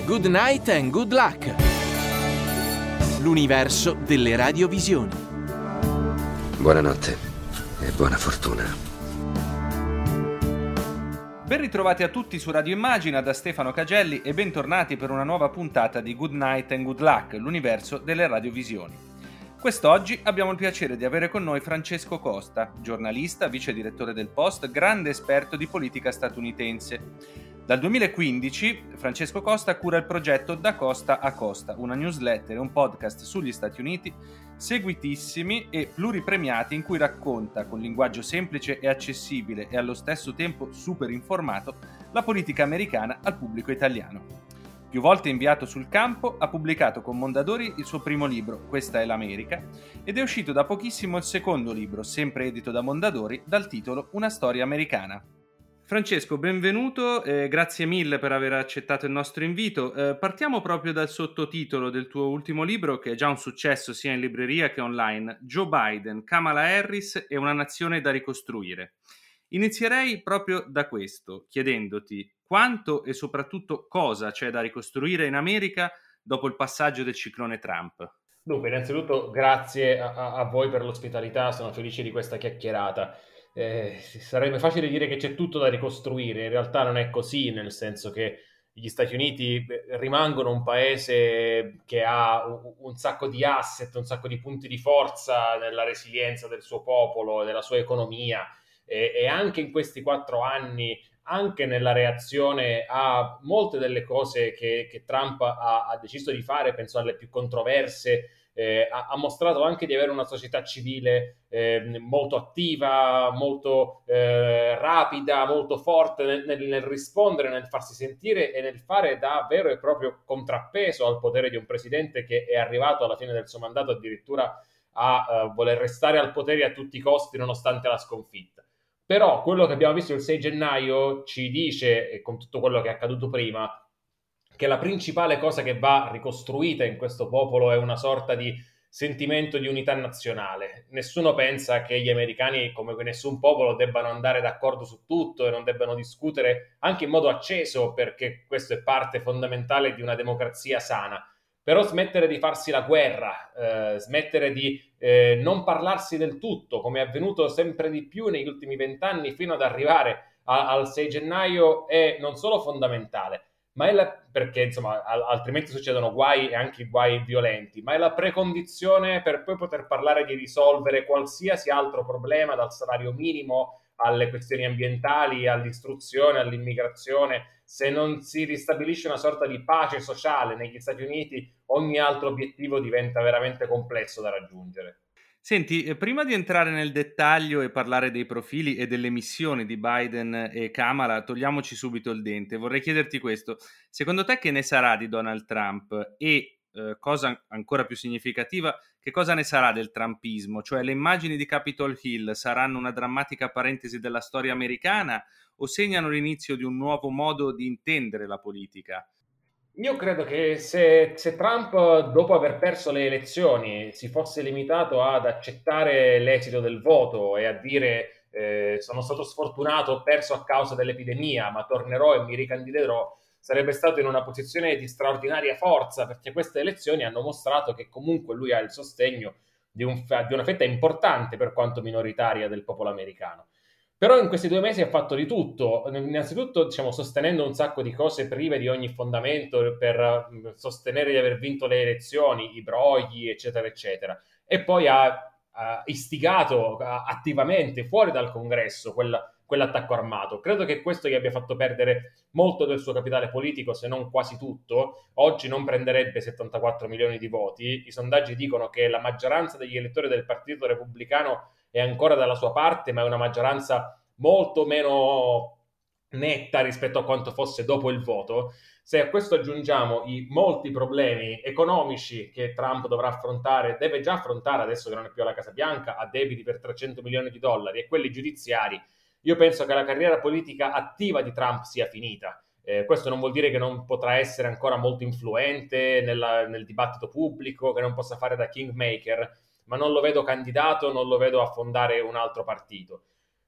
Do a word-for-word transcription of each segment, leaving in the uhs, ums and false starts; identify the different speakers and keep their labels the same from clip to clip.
Speaker 1: Good night and good luck. L'universo delle radiovisioni.
Speaker 2: Buonanotte e buona fortuna.
Speaker 3: Ben ritrovati a tutti su Radio Immagina da Stefano Cagelli e bentornati per una nuova puntata di Good Night and Good Luck, l'universo delle radiovisioni. Quest'oggi abbiamo il piacere di avere con noi Francesco Costa, giornalista, vice direttore del Post, grande esperto di politica statunitense. Dal duemilaquindici Francesco Costa cura il progetto Da Costa a Costa, una newsletter e un podcast sugli Stati Uniti seguitissimi e pluripremiati in cui racconta con linguaggio semplice e accessibile e allo stesso tempo super informato la politica americana al pubblico italiano. Più volte inviato sul campo, ha pubblicato con Mondadori il suo primo libro, Questa è l'America, ed è uscito da pochissimo il secondo libro, sempre edito da Mondadori, dal titolo Una storia americana. Francesco, benvenuto, eh, grazie mille per aver accettato il nostro invito. Eh, partiamo proprio dal sottotitolo del tuo ultimo libro, che è già un successo sia in libreria che online, Joe Biden, Kamala Harris e una nazione da ricostruire. Inizierei proprio da questo, chiedendoti quanto e soprattutto cosa c'è da ricostruire in America dopo il passaggio del ciclone Trump.
Speaker 4: Dunque, innanzitutto grazie a, a voi per l'ospitalità, sono felice di questa chiacchierata. Eh, sarebbe facile dire che c'è tutto da ricostruire, in realtà non è così, nel senso che gli Stati Uniti rimangono un paese che ha un, un sacco di asset, un sacco di punti di forza nella resilienza del suo popolo, della sua economia, e, e anche in questi quattro anni, anche nella reazione a molte delle cose che, che Trump ha, ha deciso di fare, penso alle più controverse, Eh, ha, ha mostrato anche di avere una società civile eh, molto attiva, molto eh, rapida, molto forte nel, nel, nel rispondere, nel farsi sentire e nel fare da vero e proprio contrappeso al potere di un presidente che è arrivato alla fine del suo mandato addirittura a uh, voler restare al potere a tutti i costi nonostante la sconfitta. Però quello che abbiamo visto il sei gennaio ci dice, e con tutto quello che è accaduto prima, che la principale cosa che va ricostruita in questo popolo è una sorta di sentimento di unità nazionale. Nessuno pensa che gli americani, come nessun popolo, debbano andare d'accordo su tutto e non debbano discutere anche in modo acceso, perché questo è parte fondamentale di una democrazia sana. Però smettere di farsi la guerra, eh, smettere di eh, non parlarsi del tutto, come è avvenuto sempre di più negli ultimi vent'anni, fino ad arrivare a, al sei gennaio, è non solo fondamentale, ma è la, perché insomma altrimenti succedono guai e anche guai violenti, ma è la precondizione per poi poter parlare di risolvere qualsiasi altro problema, dal salario minimo alle questioni ambientali, all'istruzione, all'immigrazione. Se non si ristabilisce una sorta di pace sociale negli Stati Uniti, ogni altro obiettivo diventa veramente complesso da raggiungere.
Speaker 3: Senti, prima di entrare nel dettaglio e parlare dei profili e delle missioni di Biden e Kamala, togliamoci subito il dente. Vorrei chiederti questo. Secondo te che ne sarà di Donald Trump e, eh, cosa ancora più significativa, che cosa ne sarà del trumpismo? Cioè le immagini di Capitol Hill saranno una drammatica parentesi della storia americana o segnano l'inizio di un nuovo modo di intendere la politica?
Speaker 4: Io credo che se, se Trump, dopo aver perso le elezioni, si fosse limitato ad accettare l'esito del voto e a dire eh, sono stato sfortunato, ho perso a causa dell'epidemia, ma tornerò e mi ricandiderò, sarebbe stato in una posizione di straordinaria forza, perché queste elezioni hanno mostrato che comunque lui ha il sostegno di, un, di una fetta importante, per quanto minoritaria, del popolo americano. Però in questi due mesi ha fatto di tutto, innanzitutto diciamo, sostenendo un sacco di cose prive di ogni fondamento per sostenere di aver vinto le elezioni, i brogli, eccetera, eccetera. E poi ha, ha istigato attivamente fuori dal congresso quel, quell'attacco armato. Credo che questo gli abbia fatto perdere molto del suo capitale politico, se non quasi tutto. Oggi non prenderebbe settantaquattro milioni di voti. I sondaggi dicono che la maggioranza degli elettori del Partito Repubblicano è ancora dalla sua parte, ma è una maggioranza molto meno netta rispetto a quanto fosse dopo il voto. Se a questo aggiungiamo i molti problemi economici che Trump dovrà affrontare, deve già affrontare adesso che non è più alla Casa Bianca, ha debiti per trecento milioni di dollari, e quelli giudiziari, io penso che la carriera politica attiva di Trump sia finita. Eh, questo non vuol dire che non potrà essere ancora molto influente nella, nel dibattito pubblico, che non possa fare da kingmaker, ma non lo vedo candidato, non lo vedo a fondare un altro partito.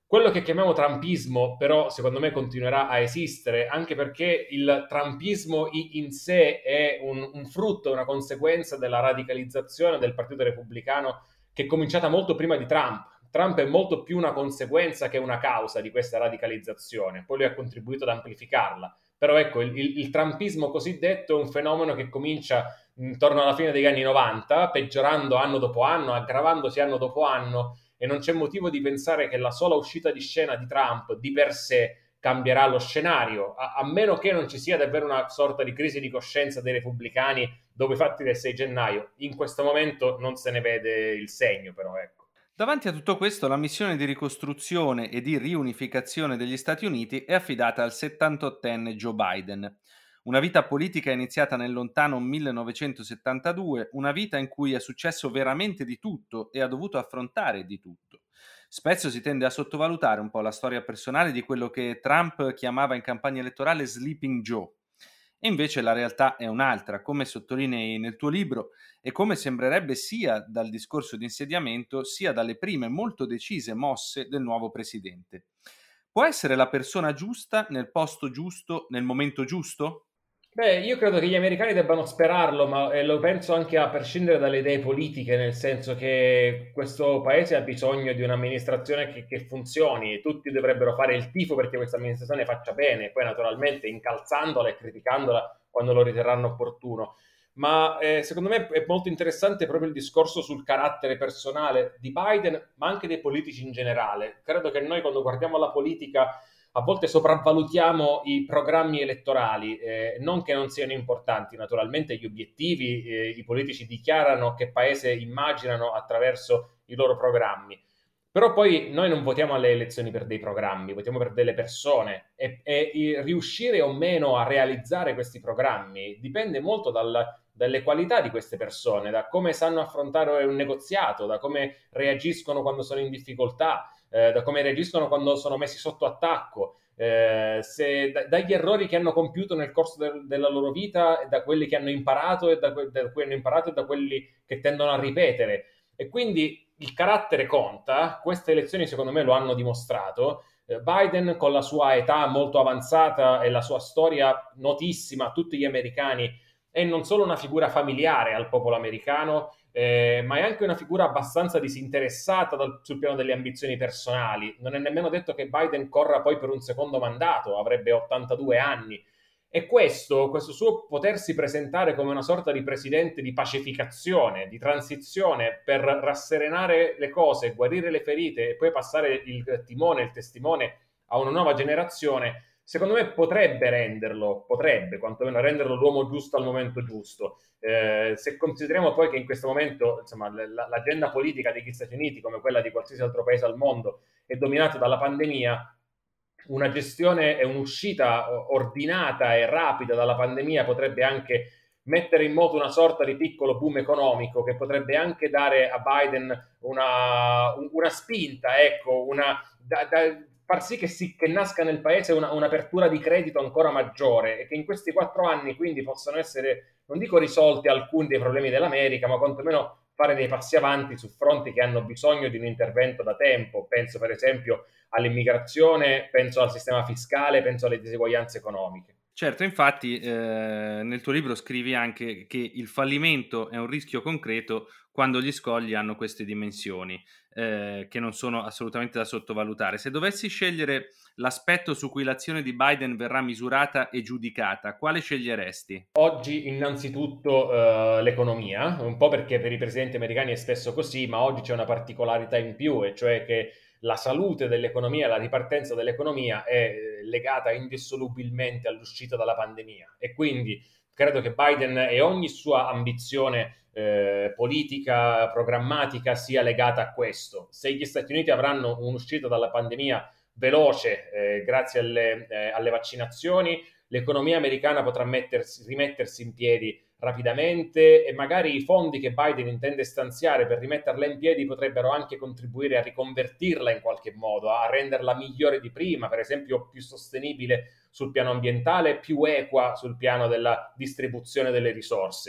Speaker 4: Quello che chiamiamo trumpismo, però, secondo me continuerà a esistere, anche perché il trumpismo in sé è un, un frutto, una conseguenza della radicalizzazione del Partito Repubblicano, che è cominciata molto prima di Trump. Trump è molto più una conseguenza che una causa di questa radicalizzazione, poi lui ha contribuito ad amplificarla. Però ecco, il, il, il trumpismo cosiddetto è un fenomeno che comincia intorno alla fine degli anni novanta, peggiorando anno dopo anno, aggravandosi anno dopo anno, e non c'è motivo di pensare che la sola uscita di scena di Trump di per sé cambierà lo scenario, a, a meno che non ci sia davvero una sorta di crisi di coscienza dei repubblicani dopo i fatti del sei gennaio. In questo momento non se ne vede il segno, però, ecco.
Speaker 3: Davanti a tutto questo, la missione di ricostruzione e di riunificazione degli Stati Uniti è affidata al settantottenne Joe Biden. Una vita politica iniziata nel lontano millenovecentosettantadue, una vita in cui è successo veramente di tutto e ha dovuto affrontare di tutto. Spesso si tende a sottovalutare un po' la storia personale di quello che Trump chiamava in campagna elettorale Sleeping Joe. E invece la realtà è un'altra, come sottolinei nel tuo libro e come sembrerebbe sia dal discorso di insediamento sia dalle prime molto decise mosse del nuovo presidente. Può essere la persona giusta nel posto giusto nel momento giusto?
Speaker 4: Beh, io credo che gli americani debbano sperarlo, ma eh, lo penso anche a prescindere dalle idee politiche, nel senso che questo paese ha bisogno di un'amministrazione che, che funzioni. Tutti dovrebbero fare il tifo perché questa amministrazione faccia bene, poi naturalmente incalzandola e criticandola quando lo riterranno opportuno. Ma eh, secondo me è molto interessante proprio il discorso sul carattere personale di Biden, ma anche dei politici in generale. Credo che noi, quando guardiamo la politica, a volte sopravvalutiamo i programmi elettorali, eh, non che non siano importanti, naturalmente gli obiettivi, eh, i politici dichiarano che paese immaginano attraverso i loro programmi, però poi noi non votiamo alle elezioni per dei programmi, votiamo per delle persone, e, e riuscire o meno a realizzare questi programmi dipende molto dal, dalle qualità di queste persone, da come sanno affrontare un negoziato, da come reagiscono quando sono in difficoltà, Eh, da come reagiscono quando sono messi sotto attacco, eh, se, da, dagli errori che hanno compiuto nel corso del, della loro vita, da quelli che hanno imparato e da, da cui hanno imparato e da quelli che tendono a ripetere. E quindi il carattere conta. Queste elezioni secondo me lo hanno dimostrato. eh, Biden, con la sua età molto avanzata e la sua storia notissima a tutti gli americani, è non solo una figura familiare al popolo americano, Eh, ma è anche una figura abbastanza disinteressata dal, sul piano delle ambizioni personali. Non è nemmeno detto che Biden corra poi per un secondo mandato, avrebbe ottantadue anni. E questo, questo suo potersi presentare come una sorta di presidente di pacificazione, di transizione, per rasserenare le cose, guarire le ferite e poi passare il timone, il testimone a una nuova generazione, secondo me potrebbe renderlo, potrebbe quantomeno renderlo l'uomo giusto al momento giusto. Eh, se consideriamo poi che in questo momento, insomma, l- l'agenda politica degli Stati Uniti, come quella di qualsiasi altro paese al mondo, è dominata dalla pandemia, una gestione e un'uscita ordinata e rapida dalla pandemia potrebbe anche mettere in moto una sorta di piccolo boom economico che potrebbe anche dare a Biden una, una spinta, ecco, una, da, da, far sì che, si, che nasca nel paese una, un'apertura di credito ancora maggiore e che in questi quattro anni quindi possano essere, non dico risolti alcuni dei problemi dell'America, ma quantomeno fare dei passi avanti su fronti che hanno bisogno di un intervento da tempo. Penso per esempio all'immigrazione, penso al sistema fiscale, penso alle diseguaglianze economiche.
Speaker 3: Certo, infatti eh, nel tuo libro scrivi anche che il fallimento è un rischio concreto quando gli scogli hanno queste dimensioni, eh, che non sono assolutamente da sottovalutare. Se dovessi scegliere l'aspetto su cui l'azione di Biden verrà misurata e giudicata, quale sceglieresti?
Speaker 4: Oggi innanzitutto uh, l'economia, un po' perché per i presidenti americani è spesso così, ma oggi c'è una particolarità in più, e cioè che la salute dell'economia, la ripartenza dell'economia è legata indissolubilmente all'uscita dalla pandemia, e quindi credo che Biden e ogni sua ambizione eh, politica, programmatica sia legata a questo. Se gli Stati Uniti avranno un'uscita dalla pandemia veloce eh, grazie alle, eh, alle vaccinazioni, l'economia americana potrà mettersi, rimettersi in piedi rapidamente, e magari i fondi che Biden intende stanziare per rimetterla in piedi potrebbero anche contribuire a riconvertirla in qualche modo, a renderla migliore di prima, per esempio più sostenibile sul piano ambientale, più equa sul piano della distribuzione delle risorse.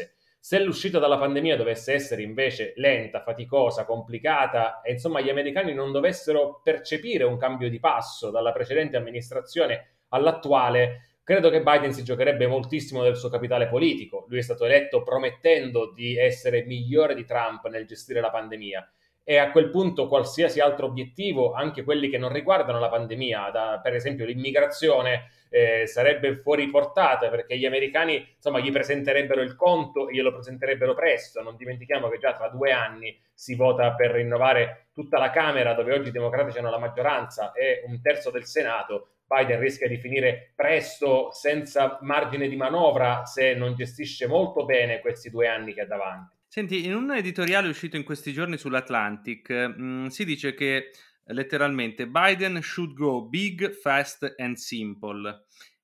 Speaker 4: Se l'uscita dalla pandemia dovesse essere invece lenta, faticosa, complicata e insomma gli americani non dovessero percepire un cambio di passo dalla precedente amministrazione all'attuale, credo che Biden si giocherebbe moltissimo del suo capitale politico. Lui è stato eletto promettendo di essere migliore di Trump nel gestire la pandemia e a quel punto qualsiasi altro obiettivo, anche quelli che non riguardano la pandemia, da, per esempio l'immigrazione, Eh, sarebbe fuori portata, perché gli americani insomma gli presenterebbero il conto e glielo presenterebbero presto. Non dimentichiamo che già tra due anni si vota per rinnovare tutta la Camera, dove oggi i democratici hanno la maggioranza, e un terzo del Senato. Biden rischia di finire presto senza margine di manovra se non gestisce molto bene questi due anni che ha davanti.
Speaker 3: Senti, in un editoriale uscito in questi giorni sull'Atlantic mh, si dice che letteralmente Biden should go big, fast and simple,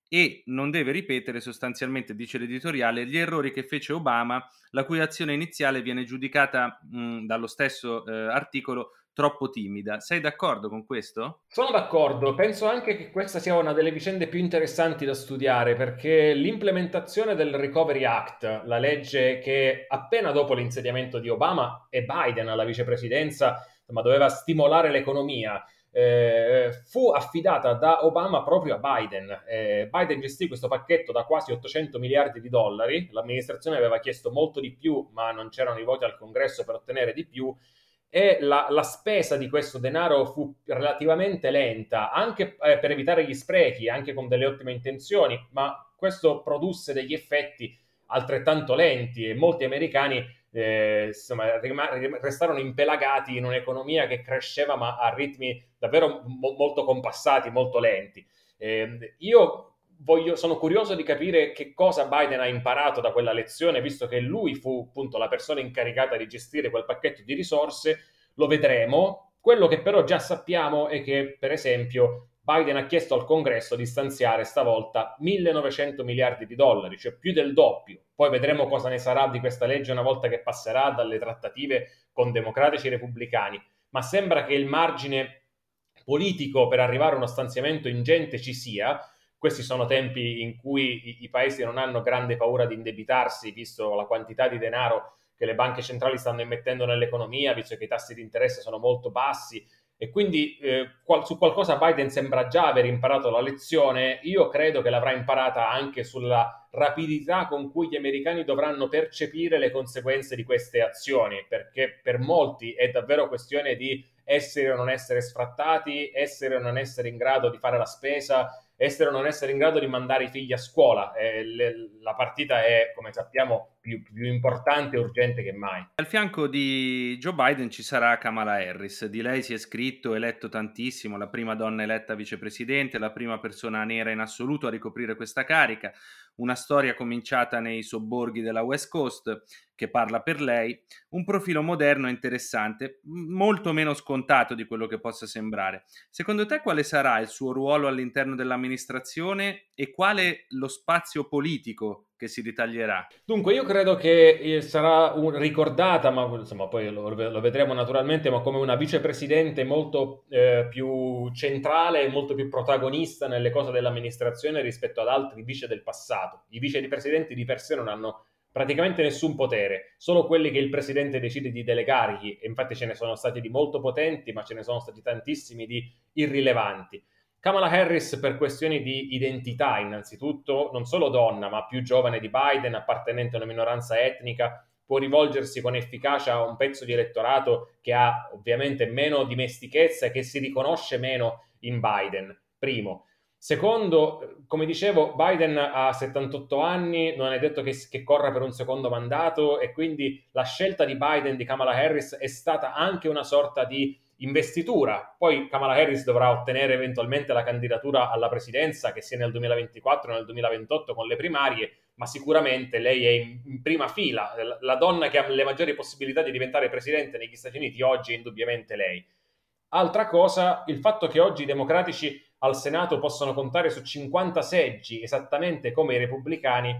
Speaker 3: e non deve ripetere sostanzialmente, dice l'editoriale, gli errori che fece Obama, la cui azione iniziale viene giudicata mh, dallo stesso eh, articolo troppo timida. Sei d'accordo con questo?
Speaker 4: Sono d'accordo, penso anche che questa sia una delle vicende più interessanti da studiare, perché l'implementazione del Recovery Act, la legge che appena dopo l'insediamento di Obama e Biden alla vicepresidenza, ma doveva stimolare l'economia, eh, fu affidata da Obama proprio a Biden. Eh, Biden gestì questo pacchetto da quasi ottocento miliardi di dollari, l'amministrazione aveva chiesto molto di più, ma non c'erano i voti al Congresso per ottenere di più, e la, la spesa di questo denaro fu relativamente lenta, anche eh, per evitare gli sprechi, anche con delle ottime intenzioni, ma questo produsse degli effetti altrettanto lenti e molti americani Eh, insomma, restarono impelagati in un'economia che cresceva ma a ritmi davvero mo- molto compassati, molto lenti. Eh, io voglio, sono curioso di capire che cosa Biden ha imparato da quella lezione, visto che lui fu appunto la persona incaricata di gestire quel pacchetto di risorse. Lo vedremo. Quello che però già sappiamo è che, per esempio, Biden ha chiesto al Congresso di stanziare stavolta millenovecento miliardi di dollari, cioè più del doppio. Poi vedremo cosa ne sarà di questa legge una volta che passerà dalle trattative con democratici e repubblicani, ma sembra che il margine politico per arrivare a uno stanziamento ingente ci sia. Questi sono tempi in cui i, i paesi non hanno grande paura di indebitarsi, visto la quantità di denaro che le banche centrali stanno immettendo nell'economia, visto che i tassi di interesse sono molto bassi. E quindi eh, qual- su qualcosa Biden sembra già aver imparato la lezione. Io credo che l'avrà imparata anche sulla rapidità con cui gli americani dovranno percepire le conseguenze di queste azioni, perché per molti è davvero questione di essere o non essere sfrattati, essere o non essere in grado di fare la spesa, essere o non essere in grado di mandare i figli a scuola. Eh, le, la partita è, come sappiamo, più, più importante e urgente che mai.
Speaker 3: Al fianco di Joe Biden ci sarà Kamala Harris. Di lei si è scritto e letto tantissimo, la prima donna eletta vicepresidente, la prima persona nera in assoluto a ricoprire questa carica, una storia cominciata nei sobborghi della West Coast che parla per lei, un profilo moderno e interessante, molto meno scontato di quello che possa sembrare. Secondo te quale sarà il suo ruolo all'interno dell'amministrazione e quale lo spazio politico che si ritaglierà?
Speaker 4: Dunque, io credo che sarà un, ricordata, ma insomma poi lo, lo vedremo naturalmente, ma come una vicepresidente molto eh, più centrale e molto più protagonista nelle cose dell'amministrazione rispetto ad altri vice del passato. I vicepresidenti di per sé non hanno praticamente nessun potere, solo quelli che il presidente decide di delegargli, e infatti ce ne sono stati di molto potenti, ma ce ne sono stati tantissimi di irrilevanti. Kamala Harris, per questioni di identità innanzitutto, non solo donna, ma più giovane di Biden, appartenente a una minoranza etnica, può rivolgersi con efficacia a un pezzo di elettorato che ha ovviamente meno dimestichezza e che si riconosce meno in Biden, primo. Secondo, come dicevo, Biden ha settantotto anni, non è detto che, che corra per un secondo mandato, e quindi la scelta di Biden di Kamala Harris è stata anche una sorta di investitura. Poi Kamala Harris dovrà ottenere eventualmente la candidatura alla presidenza, che sia nel duemilaventiquattro o nel duemilaventotto con le primarie, ma sicuramente lei è in, in prima fila. La donna che ha le maggiori possibilità di diventare presidente negli Stati Uniti oggi è indubbiamente lei. Altra cosa, il fatto che oggi i democratici al Senato possono contare su cinquanta seggi, esattamente come i repubblicani,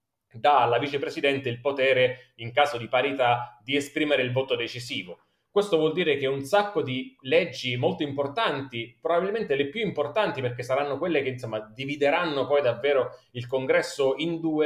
Speaker 4: dà alla vicepresidente il potere, in caso di parità, di esprimere il voto decisivo. Questo vuol dire che un sacco di leggi molto importanti, probabilmente le più importanti perché saranno quelle che insomma divideranno poi davvero il Congresso in due,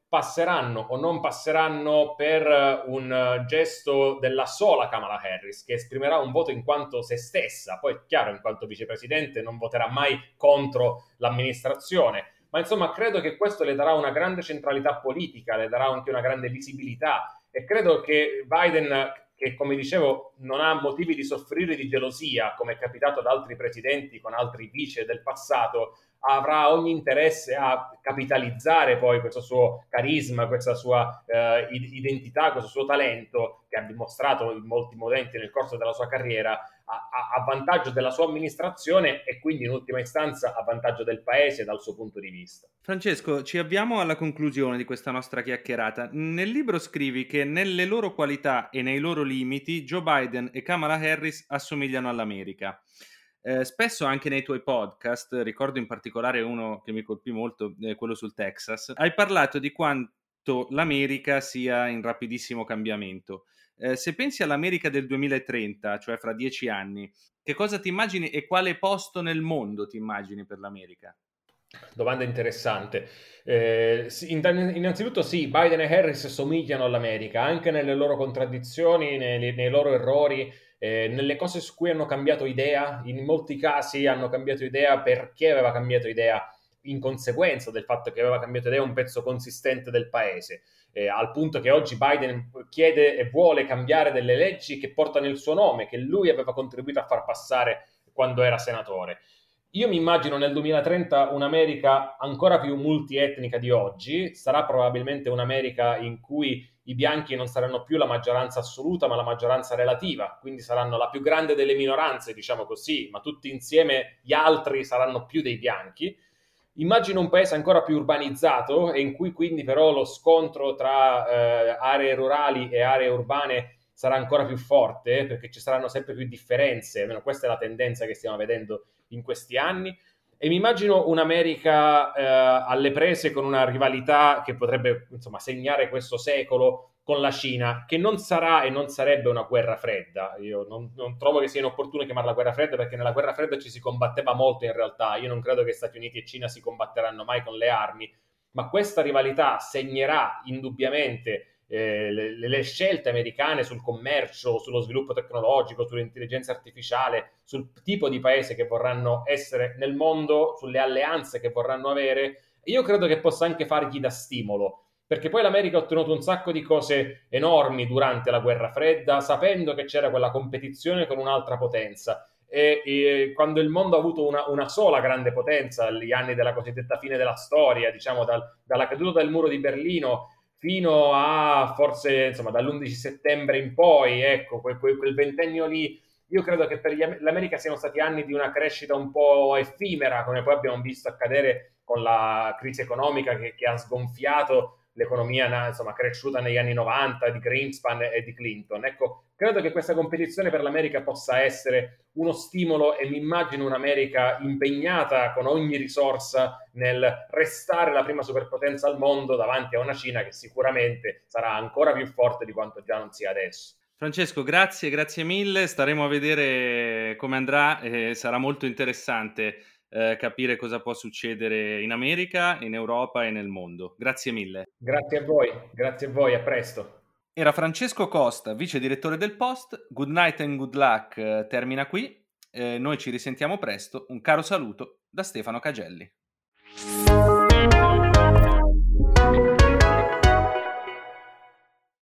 Speaker 4: passeranno o non passeranno per un gesto della sola Kamala Harris, che esprimerà un voto in quanto se stessa. Poi è chiaro, in quanto vicepresidente non voterà mai contro l'amministrazione, ma insomma credo che questo le darà una grande centralità politica, le darà anche una grande visibilità, e credo che Biden, che come dicevo non ha motivi di soffrire di gelosia, come è capitato ad altri presidenti con altri vice del passato, avrà ogni interesse a capitalizzare poi questo suo carisma, questa sua eh, identità, questo suo talento che ha dimostrato in molti momenti nel corso della sua carriera a, a, a vantaggio della sua amministrazione e quindi in ultima istanza a vantaggio del paese dal suo punto di vista.
Speaker 3: Francesco, ci avviamo alla conclusione di questa nostra chiacchierata. Nel libro scrivi che nelle loro qualità e nei loro limiti Joe Biden e Kamala Harris assomigliano all'America. Eh, spesso anche nei tuoi podcast, ricordo in particolare uno che mi colpì molto, eh, quello sul Texas, hai parlato di quanto l'America sia in rapidissimo cambiamento. Eh, se pensi all'America del duemilatrenta, cioè fra dieci anni, che cosa ti immagini e quale posto nel mondo ti immagini per l'America?
Speaker 4: Domanda interessante. Eh, innanzitutto sì, Biden e Harris somigliano all'America, anche nelle loro contraddizioni, nei, nei loro errori, eh, nelle cose su cui hanno cambiato idea. In molti casi hanno cambiato idea perché aveva cambiato idea in conseguenza del fatto che aveva cambiato idea un pezzo consistente del paese, eh, al punto che oggi Biden chiede e vuole cambiare delle leggi che portano il suo nome, che lui aveva contribuito a far passare quando era senatore. Io mi immagino nel duemilatrenta un'America ancora più multietnica di oggi. Sarà probabilmente un'America in cui i bianchi non saranno più la maggioranza assoluta, ma la maggioranza relativa, quindi saranno la più grande delle minoranze, diciamo così, ma tutti insieme gli altri saranno più dei bianchi. Immagino un paese ancora più urbanizzato e in cui quindi però lo scontro tra eh, aree rurali e aree urbane sarà ancora più forte, perché ci saranno sempre più differenze, almeno questa è la tendenza che stiamo vedendo in questi anni. E mi immagino un'America eh, alle prese con una rivalità che potrebbe insomma segnare questo secolo con la Cina, che non sarà e non sarebbe una guerra fredda. Io non, non trovo che sia inopportuno chiamarla guerra fredda, perché nella guerra fredda ci si combatteva molto in realtà. Io non credo che Stati Uniti e Cina si combatteranno mai con le armi, ma questa rivalità segnerà indubbiamente Eh, le, le scelte americane sul commercio, sullo sviluppo tecnologico, sull'intelligenza artificiale, sul tipo di paese che vorranno essere nel mondo, sulle alleanze che vorranno avere. E io credo che possa anche fargli da stimolo, perché poi l'America ha ottenuto un sacco di cose enormi durante la guerra fredda, sapendo che c'era quella competizione con un'altra potenza. E, e quando il mondo ha avuto una, una sola grande potenza, gli anni della cosiddetta fine della storia, diciamo dal, dalla caduta del muro di Berlino fino a forse insomma dall'undici settembre in poi, ecco, quel, quel, quel ventennio lì, io credo che per gli, l'America siano stati anni di una crescita un po' effimera, come poi abbiamo visto accadere con la crisi economica che, che ha sgonfiato l'economia insomma cresciuta negli anni novanta di Greenspan e di Clinton. Ecco, credo che questa competizione per l'America possa essere uno stimolo e mi immagino un'America impegnata con ogni risorsa nel restare la prima superpotenza al mondo davanti a una Cina che sicuramente sarà ancora più forte di quanto già non sia adesso.
Speaker 3: Francesco, grazie, grazie mille. Staremo a vedere come andrà e sarà molto interessante eh, capire cosa può succedere in America, in Europa e nel mondo. Grazie mille.
Speaker 4: Grazie a voi, grazie a voi, a presto.
Speaker 3: Era Francesco Costa, vice direttore del Post. Good Night and Good Luck eh, termina qui. Eh, noi ci risentiamo presto. Un caro saluto da Stefano Cagelli.